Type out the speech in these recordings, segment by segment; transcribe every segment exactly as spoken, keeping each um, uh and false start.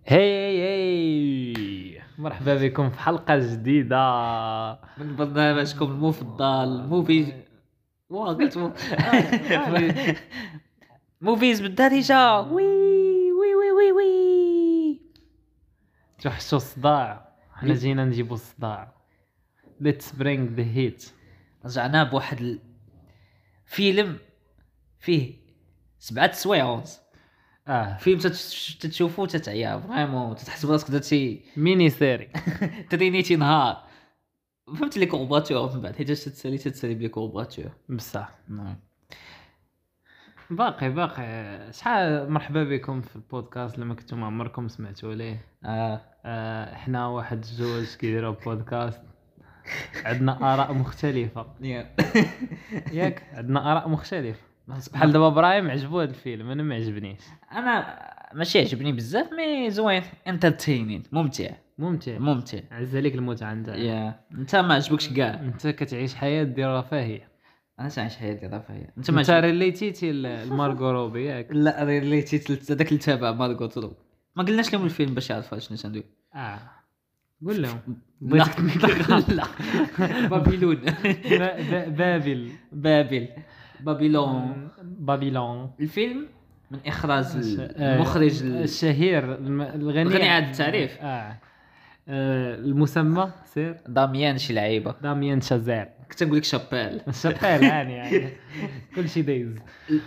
هاي هاي مرحبا بكم في حلقة جديدة من برنامجكم المفضل موفي واه قلت مو... موفيز بالدارجة وي وي وي وي وي توحشوا الصداع. حنا جينا نجيبوا الصداع. Let's bring the heat. رجعنا بواحد الفيلم فيه سبعة سوايعونز. اه فيلم تتش- تتشوفو تتعيا فريمون تتحس براسك درتي ميني سيري. ترينيتي نهار فهمت لي كورباتور من بعد حيت تتسالي تتسالي بلي كورباتور. بصح نعم باقي باقي شحال. مرحبا بكم في البودكاست اللي ما كنتم عمركم سمعتوا ليه. اه آه احنا واحد الجوج كيديروا بودكاست، عندنا آراء مختلفة ياك، عندنا آراء مختلفة. بحال دابا ابراهيم عجبو هذا الفيلم، انا ما عجبنيش. انا ماشي عجبني بزاف مي زوين انترتينين ممتع ممتع ممتع عز عليك المتعة نتاع. يا انت ما عجبكش كاع. انت كتعيش حياة ديال الرفاهية. انا تعيش حياتي ديال الرفاهيه انت ما انت عجبك. ريليتيتي المارغو روبي ياك. لا ريليتي تلت هذاك اللي تابع مارغو ترو ما قلناش لهم الفيلم باش يعرفوا شنو تندوي. اه قول لهم. لا لا بابيلون با- با- بابل بابل بابيلون. بابيلون. الفيلم من اخراج آه، المخرج ال- الشهير الم- الغني الغني عن التعريف اه آه، المسمى سير داميان شي لعيبه. داميان شازير. كنت نقول لك شابيل. شابيل هاني يعني كل شيء دايز.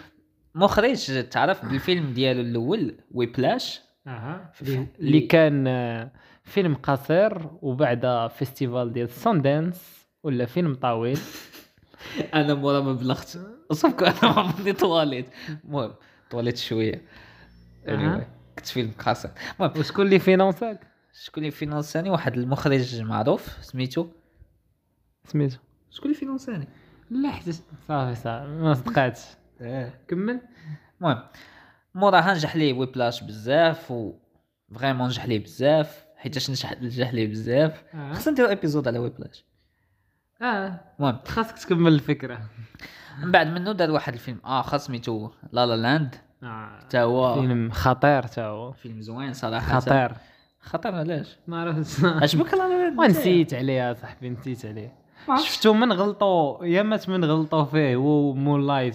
مخرج تعرف بالفيلم ديالو الاول ويبلاش. اها اللي كان آه، فيلم قصير وبعد فيستيفال ديال ساندانس ولا فيلم طويل. انا مورا ما بلغت صافك انا عمرني طواليت. المهم طواليت شويه أها. anyway. كنت فيلم قصير. المهم وشكون اللي فينانساك؟ شكون اللي فينانساني؟ واحد المخرج معروف سميتو سميتو شكون اللي فينانساني؟ لا حتى صافي صافي ما صدقاتش. كمل. المهم موراها نجح ليه ويبلاش بزاف و فريمون نجح ليه بزاف حيتاش نجح نجح ليه بزاف. اه خصنا نديرو ايبيزود على ويبلاش. اه المهم خاصك تكمل الفكره. من بعد منه دار واحد الفيلم اخر سميتو لا لا لاند. اه تا هو فيلم خطير تا هو. فيلم زوين صراحه. خطير خطر علاش؟ ما عرفتش. عجبك لا لا لاند؟ ونسيت عليه صاحبي، نسيت عليه. ما عرفتش. شفتو من غلطوا يامات من غلطوا فيه هو مون لايت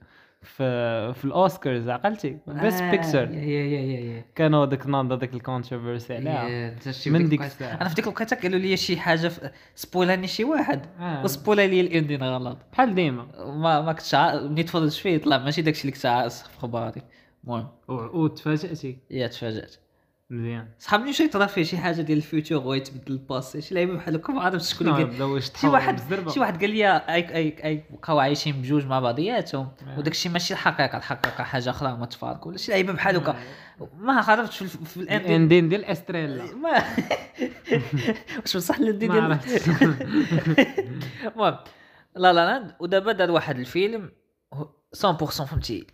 في في الاوسكارز عقلتي بيست آه، بيكتشر. يا يا يا يا يا كانوا داك ناض داك الكونتروفيرسي عليها يا، انت شتي من بديك ديك الوقت- الساعة. انا في ديك الوقيته قالوا لي شي حاجه في... سبولاني شي واحد آه. وسبولا لي الاندين غلط. بحال ديما. ما ما كنتش عا... ملي تفرجت فيه طلع ماشي داكشي اللي كنت عارف في خباري. المهم وتفاجأتي يا تفاجات مزيان. صحابني شي طرا فيه شي حاجه ديال الفيوتشر ويتبدل الباسي شي لعيبه بحال هكا ما عرفتش شكون اللي قال. بدا واش شي تحاول واحد بالزربة. شي واحد قال لي اي اي اي بقاو عايشين بجوج مع بعضياتهم آه. وداك الشيء ماشي الحقيقه. الحقيقه حاجه اخرى ما تفارقوا ولا شي لعيبه بحال هكا. ما عرفتش في, ال- في الاندين الاندين ديال استريلا ما واش بصح الاندين ما ديال عرفتش. المهم لا لا لاند. ودابا دار واحد الفيلم مية بالمية فهمتي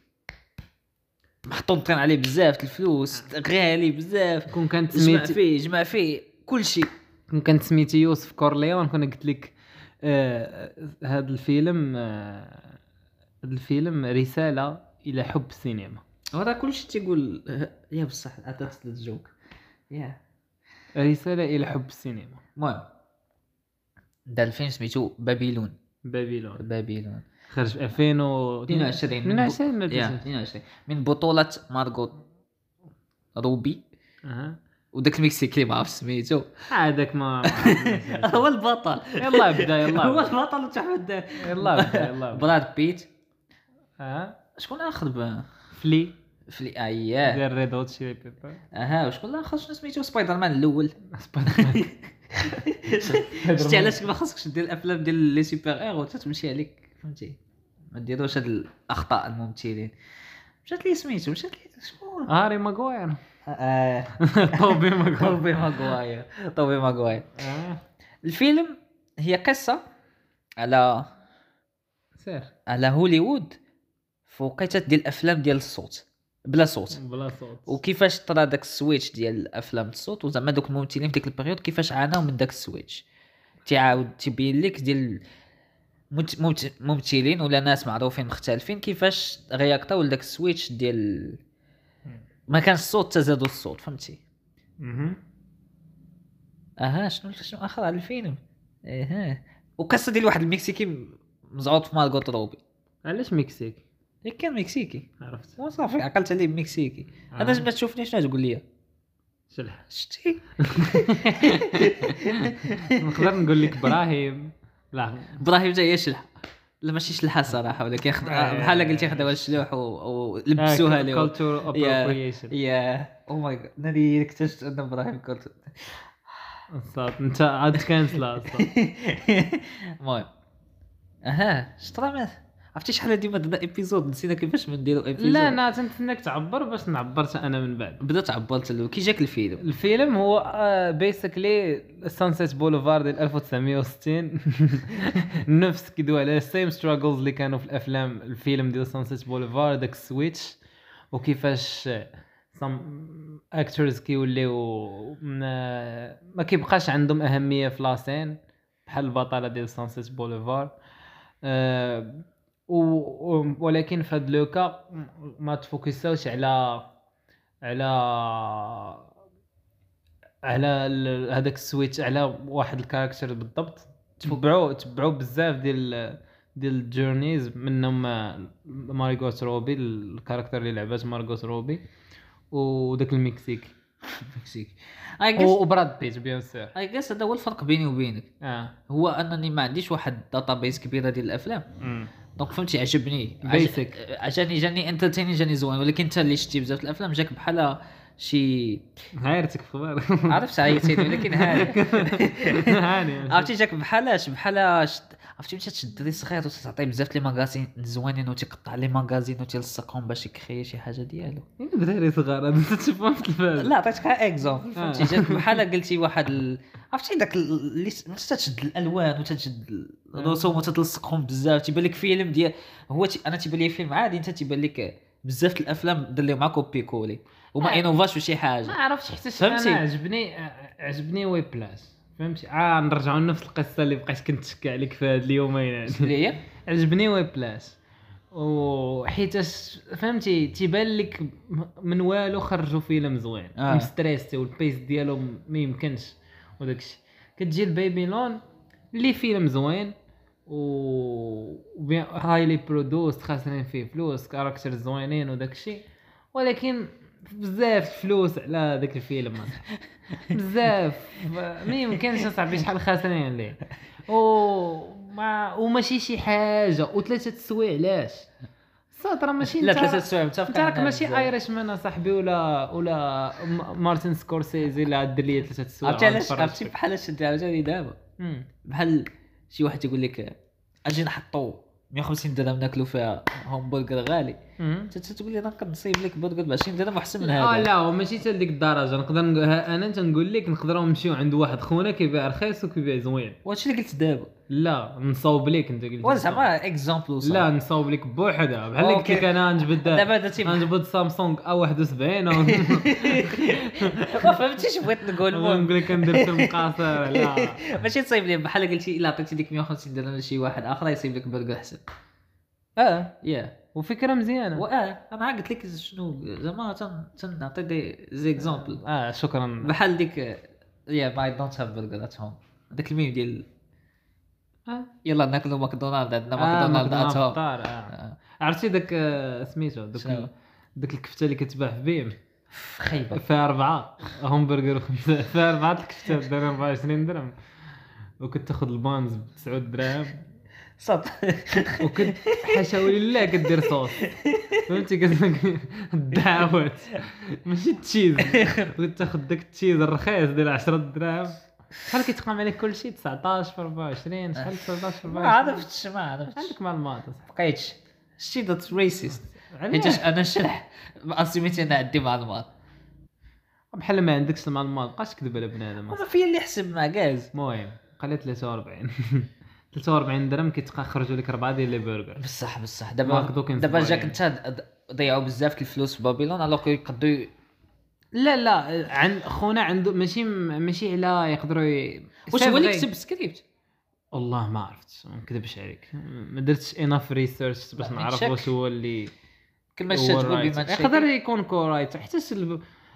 محطوطين عليه بزاف الفلوس غالي بزاف. كون كانت جمع سميتي فيه جمع فيه كل شيء. كون كانت سميتي يوسف كورليون كنا قلت لك آه هذا الفيلم آه هذا الفيلم رسالة إلى حب السينما. هذا كل شيء تيقول يا بصح عطات الجوك يا. رسالة إلى حب السينما. المهم دار الفيلم سميتو بابيلون. بابيلون بابيلون خرج في ألفين اثنين وعشرين اثنين وعشرين من ولا بو... يا ثلاثة وعشرين؟ اثنين وعشرين من بطولة مارغوت روبي اها وداك المكسيكي ما عرف سميتو. هذاك ما هو البطل. يلا بدا يلا هو بدا. البطل وتحمد يلا بدا يلا بدا. براد بيت. اه شكون اخر ب فلي فلي اياه ديال ريد هوت شيلي بيبر. اها وشكون الاخر شنو سميتو؟ سبايدر مان الاول. سبايدر مان. شتي علاش ما خاصكش دير الافلام ديال لي سوبر هيرو تتمشي عليك فهمتي ما ديروش هاد الاخطاء الممثلين. مشات لي سميتو مشات لي شكون هاري ماغواير. اه توبي ماغواير. توبي ماغواير. توبي ماغواير. اه الفيلم هي قصة على سير على هوليوود في وقيته ديال الافلام ديال الصوت بلا صوت بلا صوت. وكيفاش طرا داك السويتش ديال الافلام الصوت وزعما دوك الممثلين في ديك البيريود كيفاش عاناو من داك السويتش. تيعاود تيبين لك ديال مت- ممت- ممثلين ولا ناس معروفين مختلفين كيفاش رياكطاو لداك السويتش ديال ما كانش الصوت تزادوا الصوت فهمتي. اها اها شنو شنو اخر على الفيلم اها وقصه ديال واحد المكسيكي مزعوط في مارغوت روبي. علاش مكسيك ياك كان مكسيكي عرفت وصافي عقلت عليه مكسيكي. آه. انا ما تشوفني شنو تقول لي شلح شتي نقدر نقول لك ابراهيم لا ابراهيم جاي يشلح لا ماشي شلحه صراحه ولكن ياخذ بحال قلتي خداو الشلوح ولبسوها له cultural appropriation يا او ماي جاد نادي اكتشفت ان ابراهيم كولتو صات انت عاد كانسلا اصلا المهم اها شطرا عرفتي شحال ديما درنا ايبيزود نسينا كيفاش نديروا ايبيزود. لا انا تنتسناك تعبر باش نعبرت انا من بعد. بدات عبرت له كي جاك الفيلم. الفيلم هو بيسكلي سانسيت بوليفارد ديال ألف وتسعمية وستين نفس كيدوي على سيم ستراغلز اللي كانوا في الافلام الفيلم ديال سانسيت بوليفارد داك السويتش وكيفاش سام اكتورز كيوليو ما كيبقاش عندهم اهميه في لاسين بحال البطله ديال سانسيت بوليفارد أه ولكن في هذا لوكا ما تفوكسوش على على على هذاك السويتش على واحد الكاركتر بالضبط. تبعوا تبعوا بزاف ديال ديال الجورنيز منهم مارغوت روبي الكاركتر اللي لعبات مارغوت روبي وداك المكسيك المكسيك وبراد بيت بيان سور. اي جاس هذا هو الفرق بيني وبينك اه هو انني ما عنديش واحد داتابيس كبيره ديال الافلام امم دونك فهمتي عجبني بيسك عجبني جاني انترتيني جاني زوين ولكن انت اللي شتي بزاف الافلام جاك بحال شي هايرتك في خبار عرفت عيطتي ولكن هاني هاني عرفتي جاك بحالاش بحالاش عرفتي مشات شد دري صغير وتعطيه بزاف لي ماغازين زوينين وتيقطع لي ماغازين وتيلصقهم باش يكري شي حاجه ديالو. دراري صغار هذا تشوفهم في التلفاز. لا عطيتك اكزومبل فهمتي جاك بحال قلتي واحد ال... عرفتي داك اللي تشد الالوان وتشد الرسوم وتلصقهم بزاف تيبان لك فيلم ديال هو تي... انا تيبان لي فيلم عادي انت تيبان لك بزاف الافلام دار لهم مع كوبي كولي وما انوفاش بشي حاجه. ما عرفتش حتى انا عجبني عجبني وي بلاس فهمتي. اه نرجعوا لنفس القصه اللي بقيت كنت تشكى عليك في هاد اليومين هادي اللي هي عجبني وي بلاس وحيت فهمتي تيبان لك من والو خرجوا فيلم زوين آه. مستريستي والبيس ديالو ما يمكنش وداكشي. كتجي البيبيلون اللي فيلم زوين و هايلي برودوست خاسرين فيه فلوس كاركتر زوينين وداكشي ولكن بزاف فلوس على داك الفيلم بزاف ما يمكنش صاحبي شحال خاسرين ليه و ما وماشي شي حاجه وثلاثه السوايع علاش السطر ماشي لا ثلاثه السوايع متفق انت ماشي ايرش مان صاحبي ولا ولا مارتن سكورسيزي لا دير لي ثلاثه السوايع. عرفتي علاش عرفتي بحال شد عاوتاني دابا بحال شي واحد يقول لك اجي نحطو مية وخمسين درهم ناكلو فيها همبرجر غالي انت تقول لي انا نقدر نصيب لك برجر ب عشرين درهم احسن من هذا. اه لا ماشي حتى لديك الدرجه نقدر نقول انا تنقول لك نقدروا نمشيو عند واحد خونا كيبيع رخيص وكيبيع زوين. واش اللي قلت دابا؟ لا نصاوب لك انت قلت واش زعما اكزامبل وصل. لا نصاوب لك بوحدها بحال اللي قلت لك انا نجبد دابا درتي نجبد سامسونج او واحد وسبعين ما فهمتيش بغيت نقول نقول لك ندير فيلم قاصر. لا ماشي تصيب لي بحال قلتي الا عطيتي ديك مية وخمسين درهم لشي واحد اخر يصيب لك برجر احسن. اه يا وفكره مزيانه واه انا قلت لك شنو زعما تنعطي دي زي اكزامبل. اه شكرا. بحال ديك يا باي دونت هاف برجر ات هوم داك الميم ديال اه يلا ناكلوا ماكدونالد عندنا آه ماكدونالد ات هوم. آه. آه. عرفتي داك سميتو داك داك الكفته اللي كتباع في بيم خايبه فيها أربعة همبرجر وخمسة فيها أربعة الكفتات دايرين أربعة وعشرين درهم وكنت تاخذ البانز بتسعة دراهم صد وكنت حاشاولي لله كدير صوص فهمتي كتلك الدعوات ماشي التشيز كنت تاخذ داك التشيز الرخيص ديال عشرة دراهم. شحال كيتقام عليك كلشي تسعطاش في أربعة وعشرين شحال تسعطاش في أربعة وعشرين ما عرفتش ما عرفتش عندك معلومات بقيتش شتي دات ريسيست حيت انا شرح اسيميتي انا عندي معلومات بحال ما عندكش المعلومات بقاش تكذب على بنادم ما في اللي يحسب مع كاز. المهم قال ثلاثة وأربعين ثلاثة وأربعين درهم كيتخرجوا لك أربعة ديال لي برجر بصح بصح دابا دابا جاك انت ضيعوا بزاف الفلوس في بابلون الوغ يقدروا. لا لا عند خونا عنده ماشي ماشي على يقدروا ي... واش هو اللي كتب سكريبت والله ما عرفت ما نكذبش عليك ما درتش اناف ريسيرش باش نعرف واش هو اللي كل ما شات تقول بما يقدر يكون كورايت حتى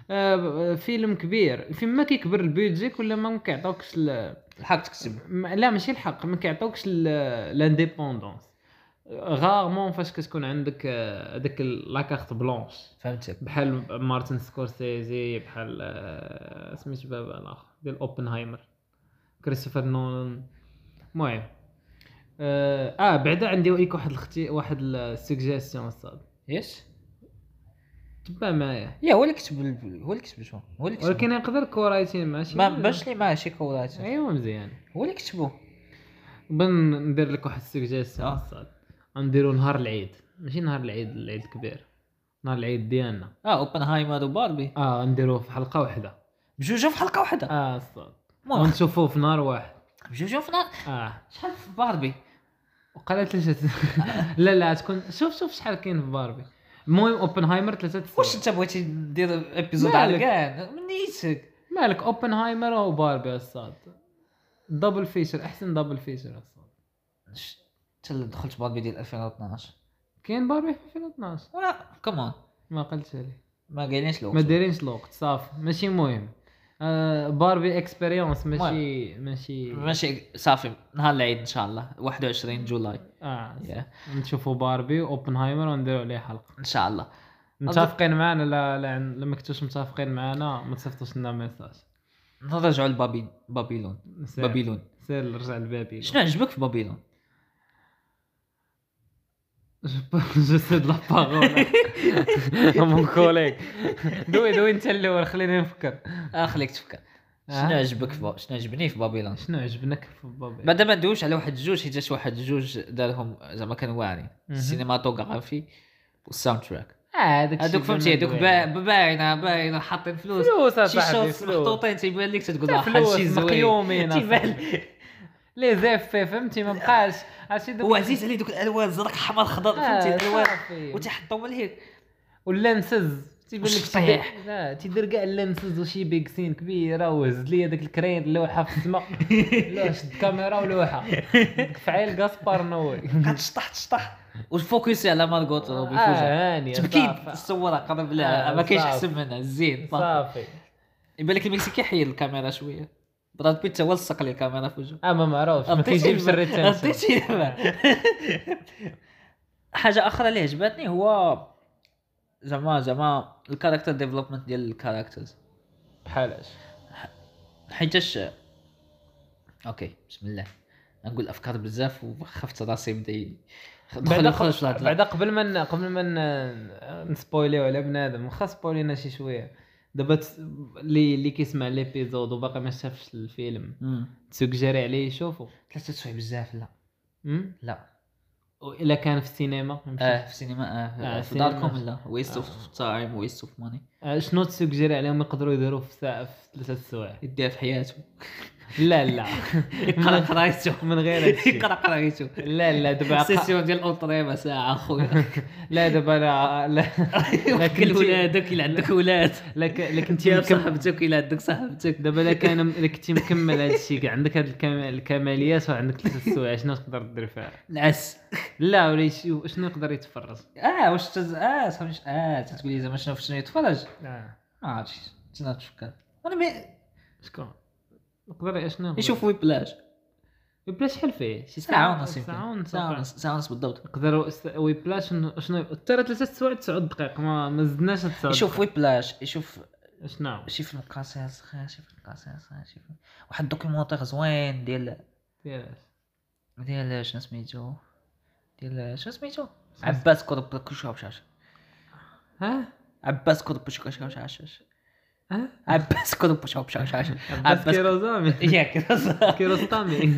آه فيلم كبير فين ما كيكبر البيدجيك ولا ما كيعطوكش ال... الحق تكتب م- لا ماشي الحق ما كيعطوكش لانديبوندونس غارمون فاش كتكون عندك آه، داك ال- لا كارت بلونش فهمتك. بحال مارتن سكورسيزي بحال آه، سميتو بابا الاخر ديال اوبنهايمر كريستوفر نولان. المهم اه, آه بعدا عندي ليك واحد الختي واحد السوجيستيون الصاد يس تبع معايا يا هو اللي كتب ال- هو اللي كتب شو هو اللي كتب ولكن يقدر كورايتي ماشي ما باش لي ماشي كورات ايوا مزيان. هو اللي كتبو. بن ندير لك واحد السوجيستيون آه. الصاد غنديرو نهار العيد ماشي نهار العيد العيد الكبير نهار العيد ديالنا اه اوبنهايمر وباربي اه نديروه في حلقه واحده بجوج في حلقه واحده. اه الصاد المهم ونشوفوه في نهار واحد بجوج في نهار اه شحال في باربي وقالت لي شت... لا لا تكون شوف شوف شحال كاين في باربي. المهم اوبنهايمر ثلاثه واش انت بغيتي دير ابيزود مالك؟ على كاع من نيتك مالك اوبنهايمر وباربي الصاد دبل فيشر احسن دبل فيشر الصاد. انت اللي دخلت باربي ديال ألفين واثناش كاين باربي في ألفين واثناش كمان ما قلتش لي ما قايلينش ما الوقت. دايرينش الوقت صافي ماشي مهم. آه باربي اكسبيريونس ماشي ماشي ماشي صافي نهار العيد ان شاء الله واحد وعشرين جولاي اه yeah. نشوفوا باربي اوبنهايمر ونديروا عليه حلقه ان شاء الله. متفقين معنا لا لا لما كنتوش متفقين معنا ما تصيفطوش لنا ميساج. نرجعوا لبابي بابيلون سير. بابيلون سير نرجع لبابي. شنو عجبك في بابيلون؟ جو سي دو لا بارول مون كوليك دوي دوي انت الاول خليني نفكر. اه خليك تفكر شنو آه. عجبك في با- شنو عجبني في بابيلون؟ شنو عجبنك في بابي؟ بعدا ما ندويش على واحد جوج حيت شي واحد جوج دارهم زعما كانوا واعرين السينماتوغرافي والساوند تراك هذاك هذوك فهمتي هذوك باينه باينه حاطين فلوس فلوس شي اصاحبي شوط محطوطين تيبان لك تقول فلوس واحد شي زوين مقيومين تيبان لي زيف فهمتي ما بقاش عرفتي هو عزيز عليه دوك الالوان زرق احمر خضر فهمتي الالوان صافي. وتيحطوا لهيك واللانسز تيبان لك والشطيح. تيدير- لا تيدير كاع اللانسز وشي بيكسين كبيره وهز لي داك الكرين اللوحه في السماء لا شد الكاميرا ولوحه فعيل غاسبار نوي كتشطح تشطح والفوكس على مارغوت روبي اه فوجا هاني تبكيد صافي. الصوره قرب لا آه، ما كاينش صافي. احسن منها زين صافي يبان لك المكسيكي حيد الكاميرا شويه براد بيت هو لصق لي الكاميرا في وجهه اه ما معروفش ما كيجيبش الريتنشن. عطيتي حاجه اخرى اللي عجبتني هو زعما زعما الكاركتر ديفلوبمنت ديال الكاركترز بحال اش حيتاش اوكي بسم الله نقول افكار بزاف وخفت راسي بدا بعدا دخل خرج قبل بعدا قبل ما ن- قبل ما ن- نسبويليو على بنادم واخا سبويلينا شي شويه دابا ت- اللي اللي كيسمع ليبيزود وباقي ما شافش الفيلم تسوجري عليه يشوفو ثلاثة سوايع بزاف لا أم؟ لا الا كان في السينما يمشي. اه في السينما اه, آه، في السينما. داركم لا ويست اوف تايم ويست اوف ماني آه، شنو تسوجري عليهم يقدروا يديروا في ساعه في ثلاثه السوايع؟ يديها في حياته لا لا يقرا قرايته من غير هادشي يقرا قرايته لا لا دابا ق- سيسيون ديال اونطري ساعه اخويا لا دابا لا لا لكن ولادك الا عندك ولاد لك لكن انت يا مكمل صاحبتك الا عندك صاحبتك دابا الا كان الا كنتي مكمل هذا الشيء كاع عندك هاد الكم- الكماليات وعندك ثلاث السوايع شنو تقدر دير فيها؟ نعس لا ولا شي- شنو يقدر يتفرج؟ اه واش تز... اه صافي اه تقول لي زعما شنو شنو يتفرج اه ما عرفتش شنو تفكر انا مي... شكون يقدر شنو يقدر؟ يشوف وي بلاج بلا شحال فيه شي ساعه ونص ساعه يمكن ونص ساعه ونص ساعه ونص بالضبط يقدروا وي بلا شنو شنو ترى ثلاثه سوايع تسعة دقائق ما ما زدناش تسعة يشوف وي بلاج يشوف شنو شي فيلم قصير صغير شي فيلم قصير صغير شي فيلم واحد دوكيومونتير زوين ديال ديال ديال شنو سميتو ديال شنو سميتو عباس كرب كشاش ها عباس كرب كشاش ها عباس كرب كشاش عباس كيروزامي ياك كيروستامي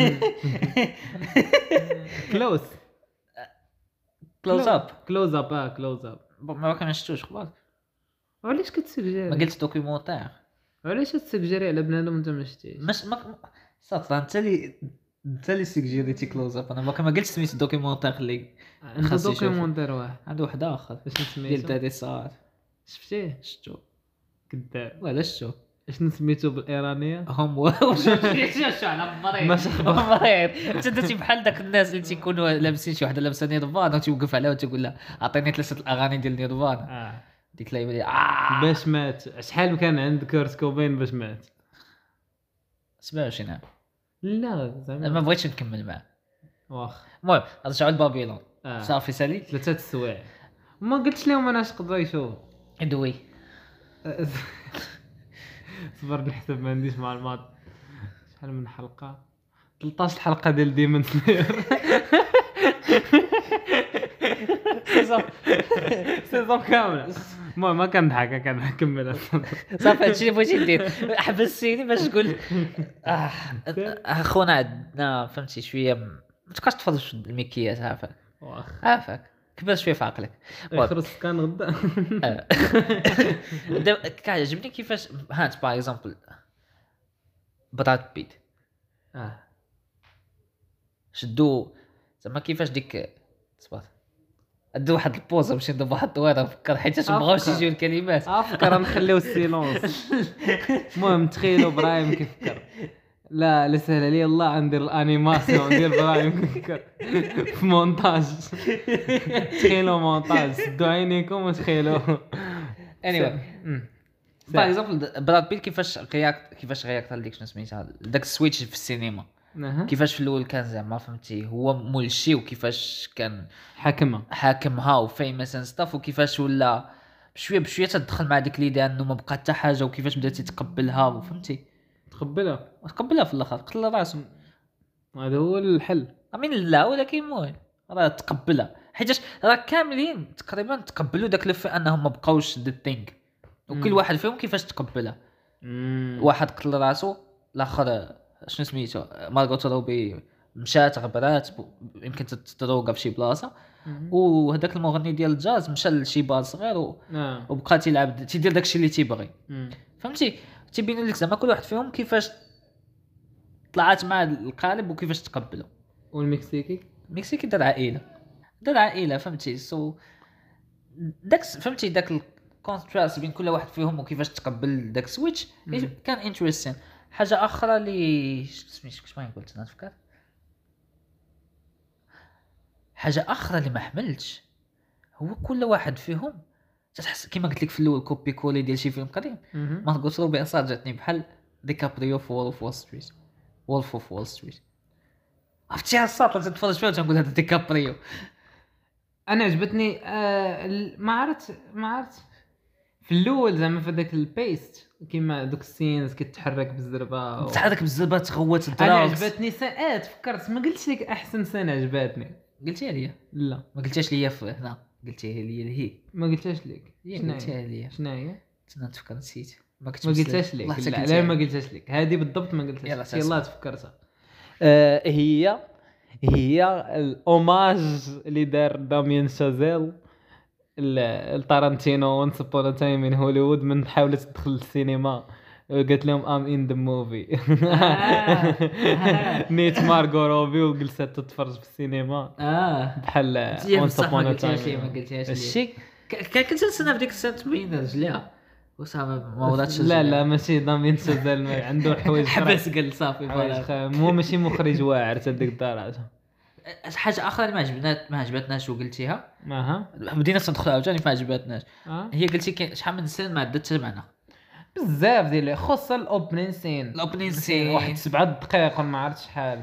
كلوز كلوز اب كلوز اب اه كلوز اب ما كان شفتوش خبارك علاش ما كتسجري قلت دوكيومونتير علاش تسجري على بنادم وانت ما شفتيش مش ما صافي انت اللي انت اللي سجلتي كلوز اب انا ما قلت سميت الدوكيومونتير اللي عنده خاص يشوفه. دوكيومونتير واحد عنده واحد اخر شنو ديال سميتو دادي صار شفتيه شفتو كذاب ولا شفتو شنو سميتو بالايرانيه هم واش شو على مريض ما شخبر. مريض انت درتي بحال داك الناس اللي تيكونوا لابسين شي وحده لابسه نيرفانا وتيوقف عليها وتقول لها اعطيني ثلاثه الاغاني ديال نيرفانا اه ديك اللعيبه ديال آه باش مات شحال كان عند كورت كوبين باش مات؟ سبعة وعشرين عام. لا زعما ما بغيتش نكمل معاه. واخ المهم نرجعوا لبابيلون. آه. صافي سالي ثلاثه السوايع ما قلتش لهم انا اش قدروا يشوفوا. دوي صبر نحسب ما عنديش معلومات. شحال من حلقه؟ ثلاثة عشر حلقه ديال ديمون سلاير. سيزون سيزون كامله. المهم ما كنضحك كنضحك كمل. صافي هادشي اللي بغيتي دير حبستيني باش تقول اه اخونا عندنا فهمتي شويه ما تبقاش تفرج في الميكيات عافاك واخ عافاك كبر شويه في عقلك. خرس كان غدا. دابا كيعجبني كيفاش هانت باغ اكزومبل براد بيت اه شدو زعما كيفاش ديك صبر ادو واحد البوز باش ندير واحد الدويره نفكر حيت ما بغاوش يجيو الكلمات افكر نخليو السيلونس. المهم تخيلوا برايم كيفكر لا لا سهل لي الله ندير الانيماسيون ندير برايم كيفكر في مونتاج. تخيلوا مونتاج سدوا عينيكم وتخيلوا anyway باغ اكزومبل براد بيت كيفاش رياكت كيفاش رياكت هذيك شنو سميتها داك السويتش في السينما. كيفاش في الاول كان زعما فهمتي هو مول شي وكيفاش كان حاكمه حاكمها وفيمس اند ستاف وكيفاش ولا بشويه بشويه تدخل مع ديك ليدي انه ما بقى حتى حاجه وكيفاش بدات تقبلها وفهمتي تقبلها تقبلها في الاخر قتل راسو. هذا هو الحل. امين لا ولكن المهم راه تقبلها حيت راه كاملين تقريبا تقبلوا داك الفي انهم ما بقاوش ذا ثينك وكل واحد فيهم كيفاش تقبلها. واحد قتل راسو الاخر شنو سميتو مارغوت روبي مشات غبرات يمكن تتروق في شي بلاصه وهذاك المغني ديال الجاز مشى لشي بار صغير و... آه. وبقى تيلعب تيدير داكشي اللي تيبغي فهمتي تيبين لك زعما كل واحد فيهم كيفاش طلعت مع القالب وكيفاش تقبلوا. والمكسيكي المكسيكي دار عائله دار عائله فهمتي سو داك فهمتي داك الكونتراست بين كل واحد فيهم وكيفاش تقبل داك سويتش كان انتريستين. حاجه اخرى اللي سميتو كيفاش ما قلت انا تفكر حاجه اخرى اللي ما حملتش هو كل واحد فيهم تحس كيما قلت لك في الاول كوبي كولي ديال شي فيلم قديم ما تقولش روبي صار جاتني بحال ديكابريو في وولف وول ستريت وولف اوف وول ستريت عرفتي الصاط تتفرج فيها وتنقول هذا ديكابريو. انا عجبتني آه ما عرفت ما عرفت في الاول زعما في داك البيست كيما دوك السينز كتحرك بالزربه و... تحرك بالزربه تغوت الدراكس. انا عجبتني ساعات فكرت ما قلتش لك احسن سنه عجبتني قلتيها لي لا ما قلتيش لي هنا قلتيها لي هي ما قلتهاش لك شنو قلتيها لي شنو هي انا تفكر نسيت ما قلتهاش لك لا, لا ما قلتهاش لك هذه بالضبط ما قلتهاش يلا تفكرتها. آه هي هي الاوماج اللي دار داميان شازيل التارانتينو وانس ابون تايم ان هوليوود من حاولت تدخل السينما قالت لهم ام ان ذا موفي نيت مارغو روبي وجلست تتفرج في السينما اه بحال وانس ابون تايم. ما قلتيهاش الشيء كنت نستنى بديك السنه تبين رجليها وصافي ما ولاتش. لا لا ماشي دامين سوزال عنده حوايج حبس قال صافي مو ماشي مخرج واعر تديك الدرجه. حاجه اخرى اللي ما عجبنات ما عجبتناش وقلتيها اها بدينا ندخلوا عاوتاني ما عجبتناش أه؟ هي قلتي شحال من سنه ما عدتش معنا بزاف ديال خصوصا الاوبنين سين الاوبنين سين واحد سبعة دقائق ما عرفت شحال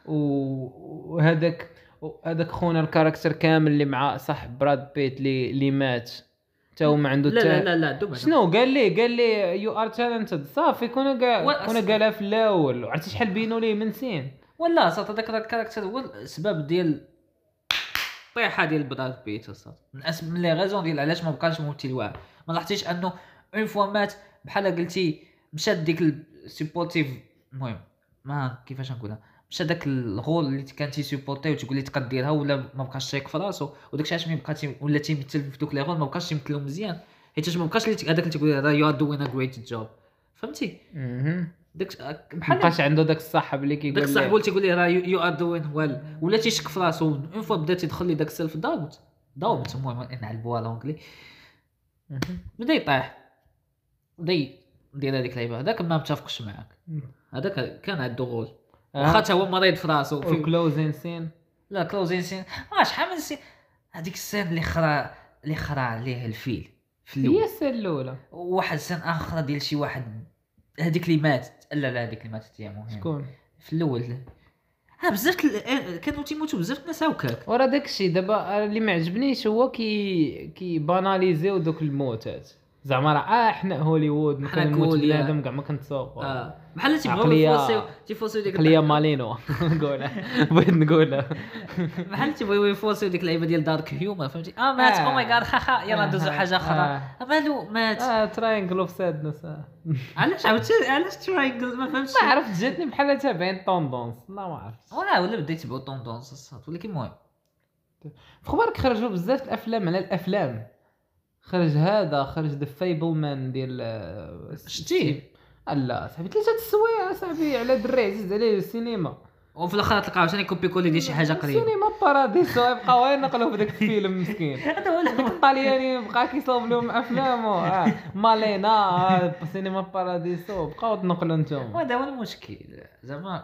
وهذاك هذاك خونا الكاركتر كامل اللي مع صح براد بيت اللي اللي مات حتى هو ما عنده لا لا لا لا دوما شنو قال لي قال لي يو ار تالنتد صافي كنا قال كنا قالها في الاول وعرفتي شحال بينوا ليه من سين ولا صات هذاك الكاركتر هو السبب ديال الطيحه ديال براد بيت صات من اسم لي غازون ديال علاش ما بقاش ممثل واعر. ما لاحظتيش انه اون فوا مات بحال قلتي مشات ديك السيبورتيف المهم ما كيفاش نقولها مشى داك الغول اللي كان تي سيبورتي وتقول لي تقد ديرها ولا ما بقاش شايك في راسو وداك الشيء علاش ما بقاش ولا تيمثل في دوك لي غول ما بقاش يمثلوا مزيان حيت ما بقاش هذاك اللي تيقول راه يو ار دوين ا جريت جوب فهمتي داك بحال بقاش عنده داك الصاحب اللي كيقول داك الصاحب اللي تيقول لي راه يو ار دوين ويل ولا تيشك في راسو اون فوا بدا تيدخل لي داك السيلف داوت داوت المهم نعلبوها لونجلي بدا يطيح بدا دير هذيك اللعيبه هذاك ما متفقش معاك هذاك كان عنده غول واخا حتى هو مريض في راسو في كلوزين سين لا كلوزين سين اه شحال من سين هذيك السين اللي خرا اللي خرا عليه الفيل في هي الاول السنه الاولى. واحد سنه اخرى ديال شي واحد هذيك اللي ماتت لا لا هذيك اللي ماتت هي مهم شكون؟ في الاول ها بزاف ال- كانوا تيموتوا بزاف الناس هاوكاك ورا داكشي دابا اللي ما عجبنيش هو كي كي باناليزيو دوك الموتات زعما راه اه حنا هوليوود ما حنا كنموت كوليا. بنادم كاع ما كنتسوق اه بحال تيبغيو عقلية- يفوسيو تيفوسيو ديك عقليه الضحكة. مالينو نقولها بغيت نقولها بحال تيبغيو يفوسيو ديك اللعيبه ديال دارك هيومر فهمتي اه مات آه. او ماي جاد خاخا يلا ندوزو آه. حاجه اخرى آه. مالو مات اه تراينجل اوف سادنس علاش عاوتاني علاش تراينجل ما فهمتش ما عرفت جاتني بحال تابعين طوندونس لا ما عرفت ولا ولا بدا يتبعوا طوندونس الصوت ولكن المهم فخبارك خرجوا بزاف الافلام على الافلام خرج هذا خرج ذا فيبلمان ديال آه، شتي؟ لا صاحبي ثلاثه السوايع صاحبي على دري عزيز عليه السينما وفي الاخر تلقاو عاوتاني كوبي كولي ديال شي حاجه قريبه السينما باراديسو يبقاو غير نقلوا في داك الفيلم مسكين هذا هو داك الطالياني بقى كيصاوب لهم افلامو آه. مالينا آه. سينما باراديسو بقاو تنقلوا نتوما هذا هو المشكل زعما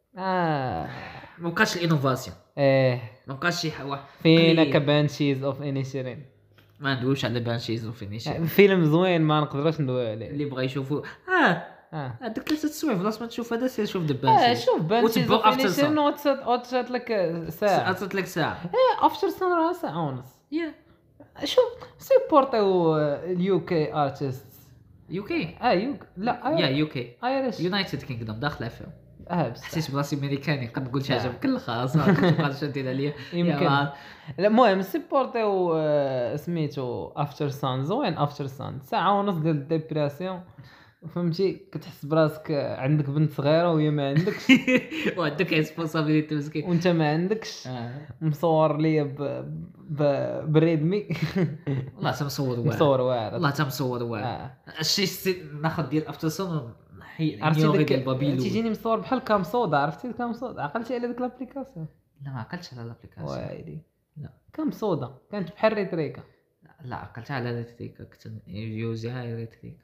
اه ما بقاش الانوفاسيون ايه ما بقاش شي حاجه فينا قليل. كبانشيز اوف انيشيرين ما ندويوش على بانشيز وفينيش فيلم زوين ما نقدروش ندوي عليه اللي بغى يشوفوا اه اه هذاك ثلاثه السوايع بلاص ما تشوف هذا سير شوف ذا اه بانشيز شوف بانشيز وتبقى اوف after انيشيرين sun. وتسات وتسات لك ساعه عطيت لك ساعه ايه افتر سان راه ساعه ونص يا شوف سيبورتيو اليو كي ارتست يو كي اه يو لا يا يو كي ايرش يونايتد كينغدوم داخله فيهم اه بصح حسيت براسي امريكاني قد نقول شي آه. حاجه بكل خاص تبقى شادين عليا يمكن. يا مان. لا المهم سيبورتيو آه، سميتو افتر سان زوين افتر سان ساعه ونص ديال الديبرسيون فهمتي كتحس براسك عندك بنت صغيره وهي ما عندكش وعندك ريسبونسابيلتي مسكين وانت ما عندكش آه. مصور ليا ب... ب... بريدمي والله تمصور واعر مصور واعر والله تمصور واعر آه. الشيء السي- ناخذ ديال افتر سون نحي عرفتي نيوري داك ديال بابيلو تيجيني مصور بحال كام صودا عرفتي كام صودا عقلتي على ديك لابليكاسيون لا ما عقلتش على الابليكاسيون وايلي لا. كام صودا كانت بحال ريتريكا لا عقلت على ريتريكا كنت يوزيها ريتريكا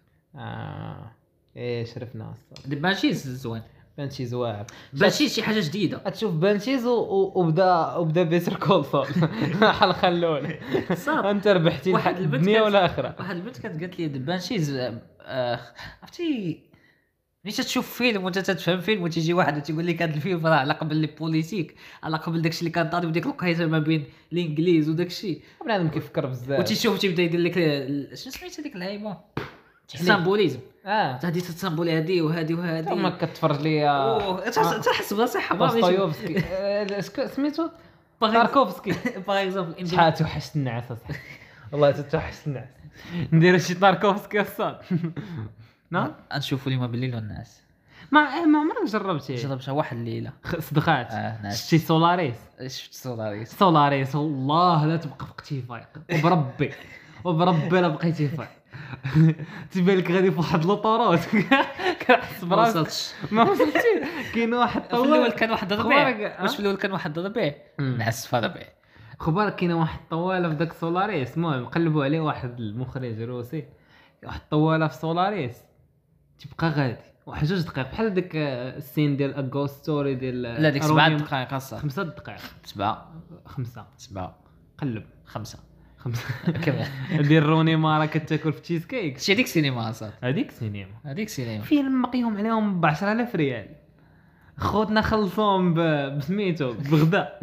اه ايه شرفنا الصراحه بانشيز زوين بانشيز واعر بانشيز شي حاجه جديده تشوف بانشيز و- و- وبدا وبدا بيتر كول سول الحلقه الاولى صافي انت ربحتي واحد البنت الدنيا كانت- والاخره واحد البنت كانت قالت لي بانشيز آه، عرفتي ملي تشوف فيلم وانت تتفهم فيلم وتيجي واحد وتيقول لك هذا الفيلم راه على قبل لي بوليتيك على قبل داكشي اللي كان طاري وديك القيته ما بين الانجليز وداكشي بنادم كيفكر بزاف وتيشوف تيبدا يدير لك ال- شنو سميت هذيك اللعيبه السامبوليزم اه هادي تتسامبولي هادي وهادي وهادي ثم كتفرج لي أوه، تحس تحس براسي حمار دوستويفسكي آه، شكون سميتو تاركوفسكي باغ اكزومبل شحال توحشت النعاس اصاحبي والله توحشت النعاس ندير شي تاركوفسكي الصاد نعم نشوفوا اليوم بالليل والناس ما ما عمرك جربتي جربتها واحد الليله صدقات اه ناس شتي سولاريس شفت سولاريس سولاريس والله لا تبقى بقيتي فايق وبربي وبربي لا بقيتي فايق تبان لك غادي في واحد لوطوروت كنحس ما براسك وصلتش ما وصلتي كاين واحد في الاول طوال كان واحد خبارك، الربيع آه؟ واش في الاول كان واحد الربيع مم. نعس في الربيع خبارك كاين واحد الطواله في داك سولاريس المهم قلبوا عليه واحد المخرج روسي واحد الطواله في سولاريس تبقى غادي واحد جوج دقائق بحال ديك السين ديال اغوست ستوري ديال لا ديك سبعة أرونيوم. دقائق خاصة خمسة دقائق سبعة خمسة سبعة قلب خمسة خمسة كمل ديال روني مارا كتاكل في تشيز كيك شي ديك سينما اصاحبي هذيك سينما هذيك سينما فيلم مقيوم عليهم ب عشرة آلاف ريال خوتنا خلصوهم ب- بسميتو بغداء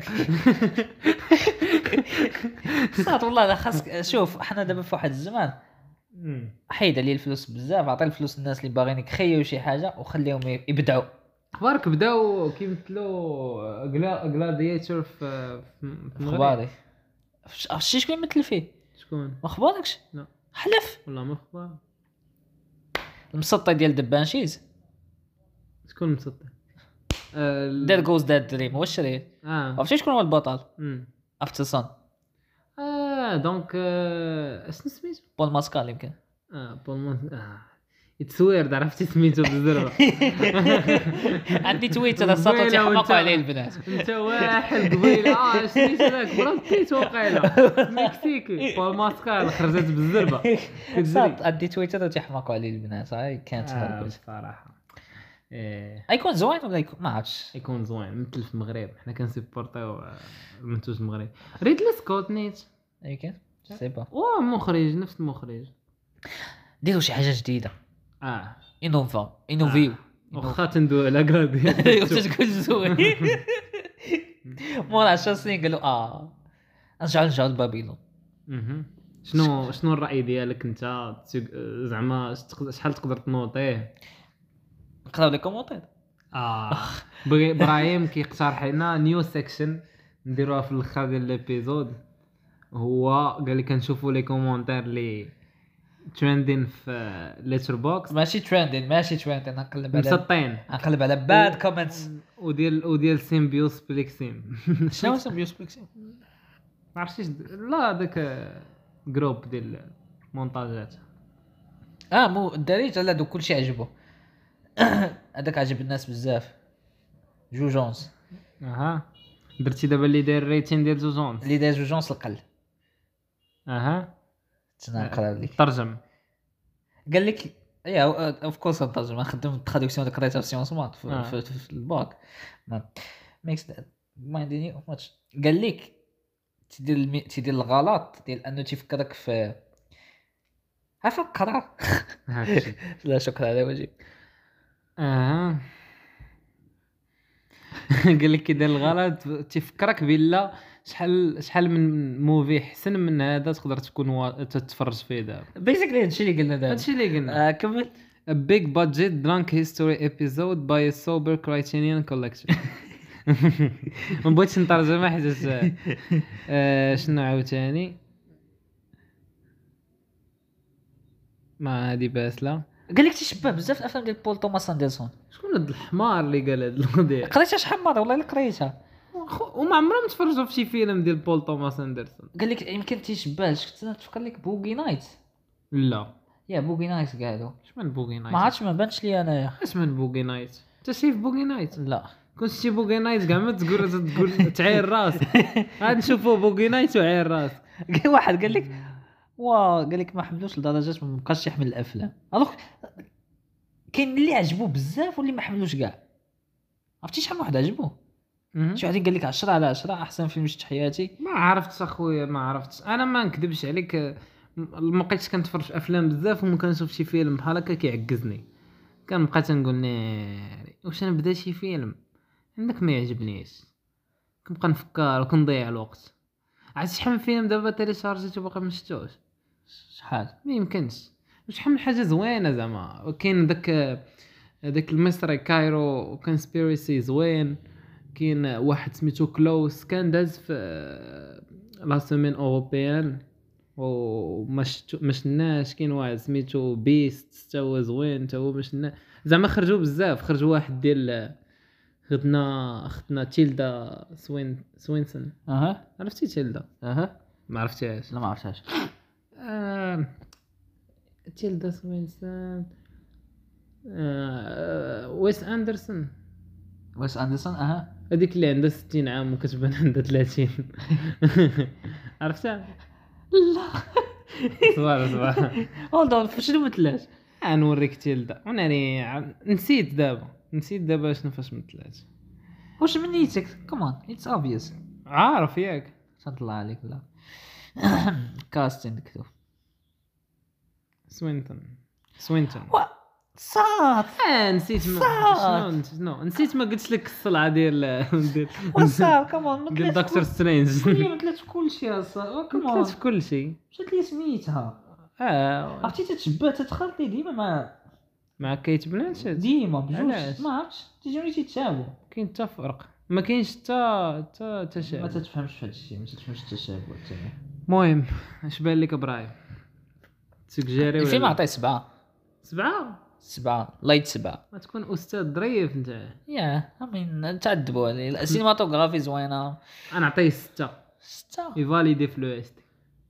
صات والله لا خاصك شوف حنا دابا في واحد الزمان حيد عليه الفلوس بزاف عطي الفلوس للناس اللي باغيين يخيو شي حاجه وخليهم يبدعوا اخبارك بداو كيمثلوا غلاديتور في في المغرب اخباري عرفتي شكون يمثل فيه شكون ما اخباركش لا. حلف والله ما اخبار المسطي ديال دبانشيز شكون مسطح آه ال- دير جوز داد دريم هو الشرير اه عرفتي شكون هو البطل امم افتر سون اه دونك آه، شنو سميتو بول ماسكال يمكن اه بول مان اه يتسوير عرفتي سميتو بالزربه عندي تويتر الساطو ويلا تيحمقوا وانت- عليه البنات انت واحد قبيله اه سميتو ذاك براد بيت وقيله مكسيكي بول ماسكال خرجت بالزربه صات عندي تويتر تيحمقوا عليه البنات هاي كانت آه هربت بصراحه ايه يكون زوين ولا يكون ما عرفتش يكون زوين مثل في المغرب حنا كنسيبورتيو آه، المنتوج المغربي ريدلي سكوت نيت يمكن سي با او مخرج نفس المخرج. ديروا شي حاجه جديده اه انوفا انوفيو واخا تندوي على كرادي تقول زوين مورا عشر سنين قالوا اه نرجعوا نرجعوا لبابيلون. مهم. شنو شنو الراي ديالك انت تيق- زعما شت- شحال تقدر تنوطيه؟ نقراو لي كومونتير. اه بغي ابراهيم كيقترح لنا نيو سيكشن نديروها في الاخر ديال ليبيزود. هو قال لي كنشوفوا لي كومونتير لي تريندين في ليتر بوكس ماشي تريندين ماشي تريندين نقلب على مسطين نقلب على باد كومنتس. وديال وديال سيمبيوس بليكسيم شنو اسم بيوسبيكسي؟ ما عرفتيش لا داك جروب ديال مونتاجات. اه مو الدريج على دوك كلشي عجبو هذاك عجب الناس بزاف. جو جونز اها درتي دابا اللي داير ريتين ديال زوزون. اللي داز جو جونز القل اها تنقرا لك ترجم قال لك يا اوف كورس نترجم نخدم تراديكسيون ديال قريتها في سيونس مات في, آه. في, في, في الباك ما ميكس ماينديني ماتش. قال لك تدير المي... تدير الغلط ديال انه تيفكرك في عارف القرا هادشي. لا شكرا على وجهي. اها قال لك كيدير الغلط تفكرك بلا شحال شحال من موفي حسن من هذا تقدر تكون وا... تتفرج فيه دابا. بيسيكلي هادشي اللي قلنا دابا. هادشي اللي قلنا. آه كمل. A big budget drunk history episode by a sober Criterion collection. ما بغيتش نترجمها حيت آه شنو عاوتاني ما هادي باسله. قال لك تيشبه بزاف الافلام ديال بول توماس اندرسون. شكون هاد الحمار اللي قال هاد القضيه؟ قريتها شحال مره والله الا قريتها خو- وما عمرهم تفرجوا في شي فيلم ديال بول توماس اندرسون. قال لك يمكن تيشبهش كنت تفكر لك بوغي نايت. لا يا بوغي نايت قالوا شمن بوغي ما نايت؟ عرفتش ما بانش لي انايا. اسمن بوغي نايت انت شايف بوغي نايت؟ لا كنت شي بوغي نايت كاع ما تقول تقول تعاير راسك. غادي نشوفوا بوغي نايت وعاير راسك. قال واحد قال لك وا قال لك ما حملوش لدرجه ما بقاش يحمل الافلام. الوغ كاين اللي عجبو بزاف واللي ما حملوش كاع. عرفتي شحال من واحد عجبو؟ مهم. شي واحد قال لك عشرة على عشرة احسن فيلم شفت حياتي. ما عرفتش اخويا ما عرفتش انا ما نكذبش عليك. ما بقيتش كنتفرج في افلام بزاف وما كنشوف شي فيلم بحال هكا كيعجزني. كنبقى تنقول ناري واش انا بدا شي فيلم عندك ما يعجبنيش كنبقى نفكر وكنضيع الوقت. عرفتي شحال من فيلم دابا تيليشارجيت وباقي ما شفتوش؟ شحال ما يمكنش. شحال من حاجه زوينه زعما كاين داك داك المصري كايرو كونسبيرسي زوين. كاين واحد سميتو كلوس كان داز في لا سيمين اوروبيان ومش مشناش. كاين واحد سميتو بيست حتى هو زوين حتى هو مشنا. زعما خرجوا بزاف. خرج واحد ديال خدنا اختنا تيلدا سوين سوينسون. اها عرفتي تيلدا؟ اها ما عرفتيهاش؟ لا ما عرفتهاش. آه... تيلدا سوينسون آه... ويس اندرسون ويس اندرسون اها هذيك اللي عندها ستين عام وكتبان عندها ثلاثين. عرفتها؟ لا صباح صباح هولد اون شنو مثلات؟ نوريك تيلدا وناري ع- نسيت دابا نسيت دابا شنو فاش مثلات. واش من نيتك كمان اتس اوبفيوس. عارف ياك الله عليك لا كاستين كتب سوينتون سوينتون وا صات اه نسيت ما صح. شنو شنو نسيت ما قلتش لك الصلعه ديال ديال وصار كمان ديال دكتور سترينج. هي مثلات في كل شيء اصلا كمان كلت في كل شيء. مشات لي سميتها اه عرفتي تتشبه تتخلط لي ديما مع مع كيت بلانشيت ديما بجوج علاش؟ ما عرفتش تيجوني تيتشابهوا كاين حتى فرق ما كاينش حتى حتى ما تشابه. تتفهمش في هذا الشيء ما تتفهمش التشابه تاعي. المهم اش بان لك ابراهيم تسجيري الفيلم ولا عطيه سبعة سبعة؟ سبعة لايت سبعة. ما تكون استاذ ظريف انت. يا امين تعذبوا عليه السينماتوغرافي زوينه. انا نعطيه ستة ستة يفاليدي في لو استي.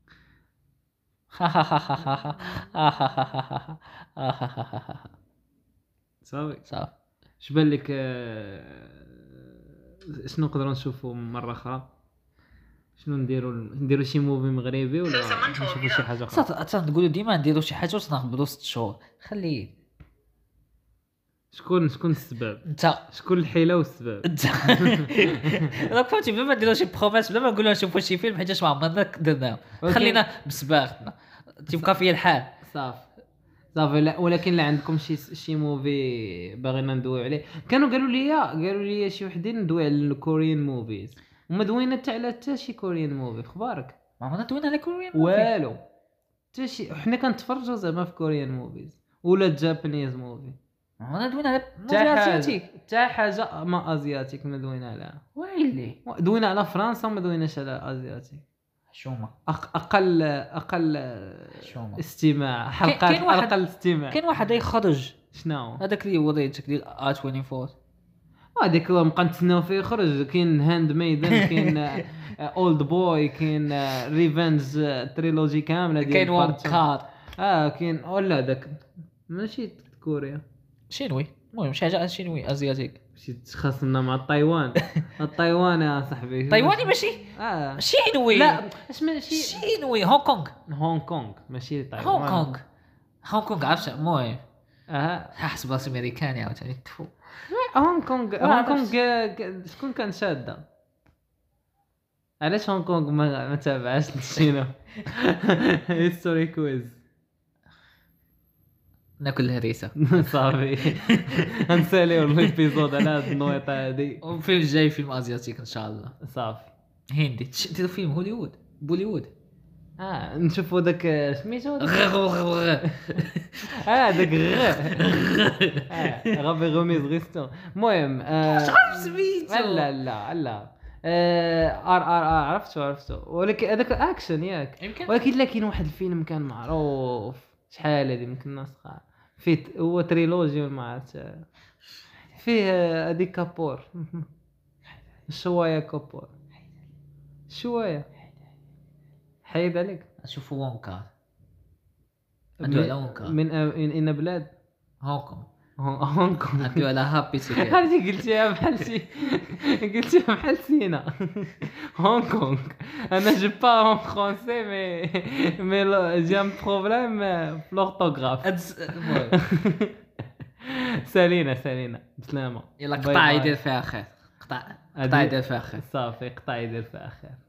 صافي صافي اش بان لك آه، شنو نقدروا نشوفوا مره اخرى؟ شنو نديروا نديروا شي موفي مغربي ولا نشوفوا شي حاجه اخرى؟ صات تنقولوا ديما نديروا شي حاجه وتنقبضوا ست شهور خليه شكون شكون السبب انت شكون الحيله والسبب انت راك فهمتي بلا ما نديرو شي بروفيس بلا ما نقولوا نشوفوا شي فيلم حيت ما عمرنا درناهم ولكن- خلينا بصباغتنا تيبقى فيا الحال صافي صافي لا ولكن لا عندكم شي شي موفي باغينا ندويو عليه كانوا قالوا لي قالوا لي شي وحدين ندوي على الكوريان موفيز وما دوينا حتى على حتى شي كوريان موفي اخبارك ما عمرنا دوينا على كوريان والو حتى شي حنا كنتفرجوا زعما في كوريان موفيز ولا جابانيز موفي ما عمرنا دوينا على حتى موفي حاجه اسياتيك حتى حاجه ما ازياتيك ما دوينا عليها ويلي دوينا على فرنسا وما دويناش على ازياتيك حشومه أق- اقل اقل حشومه استماع حلقات كاين واحد- اقل استماع كاين واحد يخرج شنو هذاك اللي وريتك ديال ا أربعة وعشرين هذيك هو نبقى نتسناو فيه يخرج كاين هاند ميدن كاين اولد بوي كاين ريفنج تريلوجي كامله ديال كاين وان بارت- كار اه كاين ولا داك ماشي كوريا شينوي المهم شي حاجه شينوي ازياتيك مشي تخاصمنا مع تايوان التايوان يا صاحبي تايواني ماشي اه شينوي لا اش ماشي شينوي هونغ كونغ هونغ كونغ ماشي تايوان هونغ كونغ هونغ كونغ عرفت المهم اه حسب راسي امريكاني عاوتاني تفو هونغ كونغ ما هونغ عرفتش. كونغ ك- شكون كان شاده علاش هونغ كونغ ما ما تابعاش الشينا هيستوري كويز ناكل الهريسه صافي نساليو الابيزود على هاد النويطه هادي وفيلم جاي فيلم ازياتيك ان شاء الله صافي هندي تش- ديروا فيلم هوليوود بوليوود اه نشوفوا داك سميتو داك- غغ غغ. اه داك غ اه غابي غوميز غيستون المهم آه، سميتو لا لا لا آه، ار ار ار عرفتو عرفتو ولكن هذاك اكشن ياك يمكن ولكن لا كاين واحد الفيلم كان معروف شحال هادي يمكن ناس صغار فيه هو تريلوجي ما عرفت فيه آه، هادي كابور شويه كابور شويه حيد عليك نشوفوا وونكار ندوي على وونكار من من ان بلاد هونغ كونغ هونغ كونغ ندوي على هابي سيتي عرفتي قلتيها بحال شي قلتيها بحال سينا هونغ كونغ انا جو با اون فرونسي مي مي جي ان بروبليم في لورتوغراف المهم سالينا سالينا بسلامه يلا باي قطع باي. يدير فيها خير قطع هادي- قطع يدير فيها خير صافي قطع يدير فيها خير